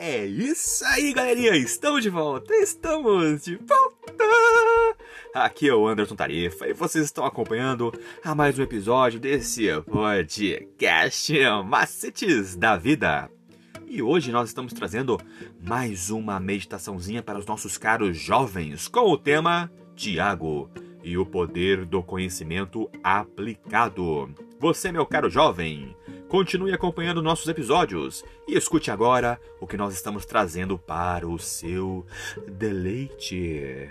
É isso aí, galerinha! Estamos de volta! Aqui é o Anderson Tarifa e vocês estão acompanhando a mais um episódio desse podcast Macetes da Vida. E hoje nós estamos trazendo mais uma meditaçãozinha para os nossos caros jovens com o tema Tiago e o poder do conhecimento aplicado. Você, meu caro jovem, continue acompanhando nossos episódios e escute agora o que nós estamos trazendo para o seu deleite.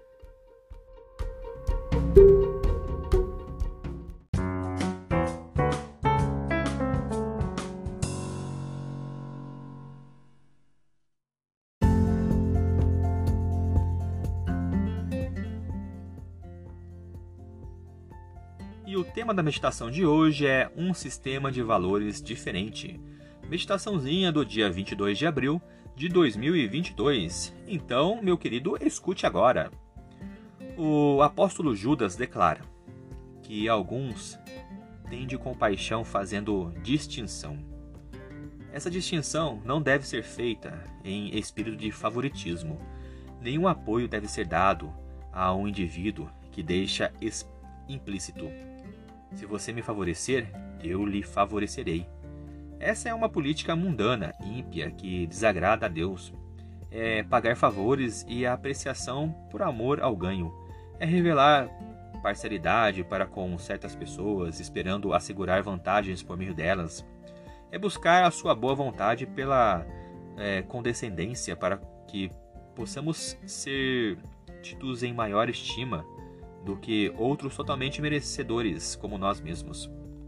E o tema da meditação de hoje é um sistema de valores diferente. Meditaçãozinha do dia 22 de abril de 2022. Então, meu querido, escute agora. O apóstolo Judas declara que alguns têm de compaixão fazendo distinção. Essa distinção não deve ser feita em espírito de favoritismo. Nenhum apoio deve ser dado a um indivíduo que deixa implícito: se você me favorecer, eu lhe favorecerei. Essa é uma política mundana, ímpia, que desagrada a Deus. É pagar favores e a apreciação por amor ao ganho. É revelar parcialidade para com certas pessoas, esperando assegurar vantagens por meio delas. É buscar a sua boa vontade pela condescendência para que possamos ser tidos em maior estima do que outros totalmente merecedores, como nós mesmos.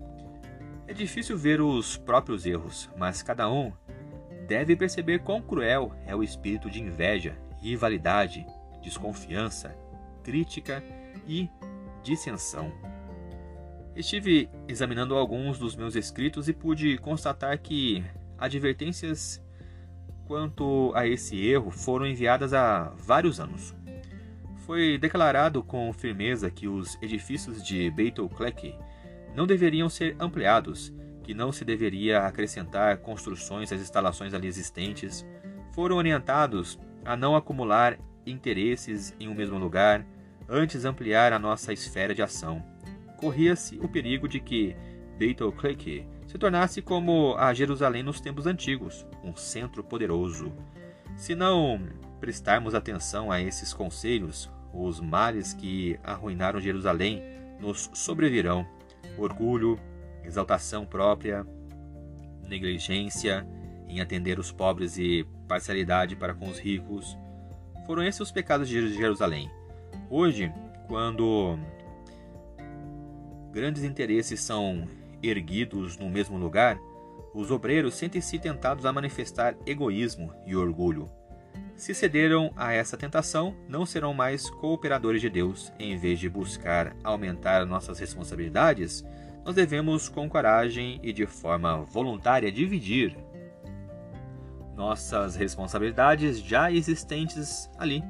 É difícil ver os próprios erros, mas cada um deve perceber quão cruel é o espírito de inveja, rivalidade, desconfiança, crítica e dissensão. Estive examinando alguns dos meus escritos e pude constatar que advertências quanto a esse erro foram enviadas há vários anos. Foi declarado com firmeza que os edifícios de Beit el-Kleki não deveriam ser ampliados, que não se deveria acrescentar construções às instalações ali existentes. Foram orientados a não acumular interesses em um mesmo lugar, antes ampliar a nossa esfera de ação. Corria-se o perigo de que Beit el-Kleki se tornasse como a Jerusalém nos tempos antigos, um centro poderoso. Se não prestarmos atenção a esses conselhos, os males que arruinaram Jerusalém nos sobrevirão: orgulho, exaltação própria, negligência em atender os pobres e parcialidade para com os ricos. Foram esses os pecados de Jerusalém. Hoje, quando grandes interesses são erguidos no mesmo lugar, os obreiros sentem-se tentados a manifestar egoísmo e orgulho. Se cederam a essa tentação, não serão mais cooperadores de Deus. Em vez de buscar aumentar nossas responsabilidades, nós devemos, com coragem e de forma voluntária, dividir nossas responsabilidades já existentes ali,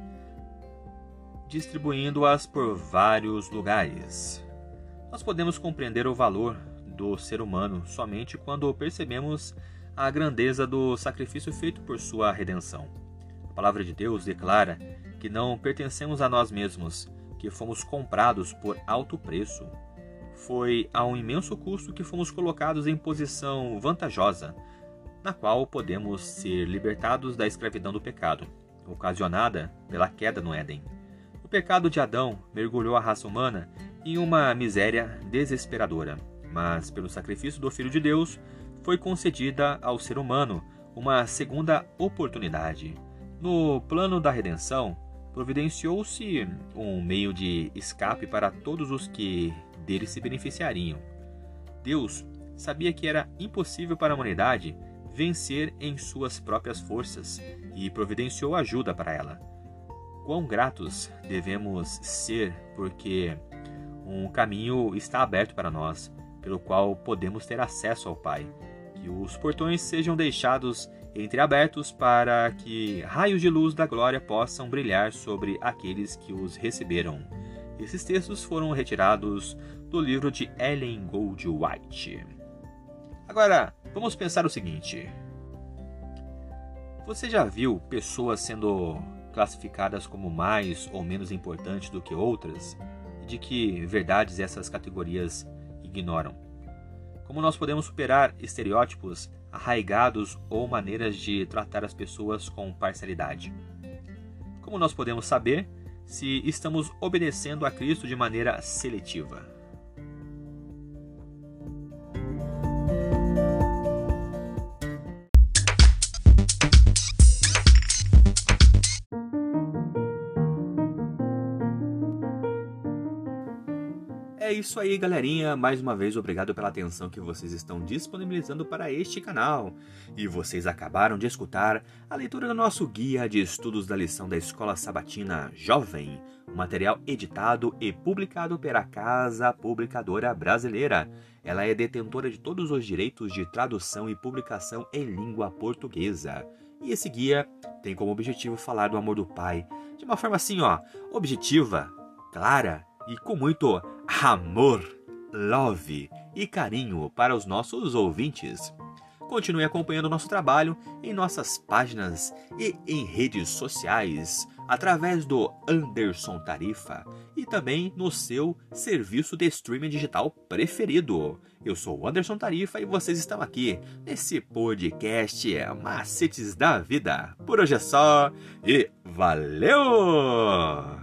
distribuindo-as por vários lugares. Nós podemos compreender o valor do ser humano somente quando percebemos a grandeza do sacrifício feito por sua redenção. A palavra de Deus declara que não pertencemos a nós mesmos, que fomos comprados por alto preço. Foi a um imenso custo que fomos colocados em posição vantajosa, na qual podemos ser libertados da escravidão do pecado, ocasionada pela queda no Éden. O pecado de Adão mergulhou a raça humana em uma miséria desesperadora, mas pelo sacrifício do Filho de Deus foi concedida ao ser humano uma segunda oportunidade. No plano da redenção, providenciou-se um meio de escape para todos os que dele se beneficiariam. Deus sabia que era impossível para a humanidade vencer em suas próprias forças e providenciou ajuda para ela. Quão gratos devemos ser porque um caminho está aberto para nós, pelo qual podemos ter acesso ao Pai. Que os portões sejam deixados entreabertos para que raios de luz da glória possam brilhar sobre aqueles que os receberam. Esses textos foram retirados do livro de Ellen Goldwhite. Agora, vamos pensar o seguinte: Você já viu pessoas sendo classificadas como mais ou menos importantes do que outras? E de que verdades essas categorias ignoram? Como nós podemos superar estereótipos arraigados ou maneiras de tratar as pessoas com parcialidade? Como nós podemos saber se estamos obedecendo a Cristo de maneira seletiva? É isso aí, galerinha. Mais uma vez, obrigado pela atenção que vocês estão disponibilizando para este canal. E vocês acabaram de escutar a leitura do nosso guia de estudos da lição da Escola Sabatina Jovem, um material editado e publicado pela Casa Publicadora Brasileira. Ela é detentora de todos os direitos de tradução e publicação em língua portuguesa. E esse guia tem como objetivo falar do amor do Pai de uma forma assim, objetiva, clara e com muito amor, love e carinho para os nossos ouvintes. Continue acompanhando nosso trabalho em nossas páginas e em redes sociais, através do Anderson Tarifa e também no seu serviço de streaming digital preferido. Eu sou o Anderson Tarifa e vocês estão aqui nesse podcast Macetes da Vida. Por hoje é só e valeu!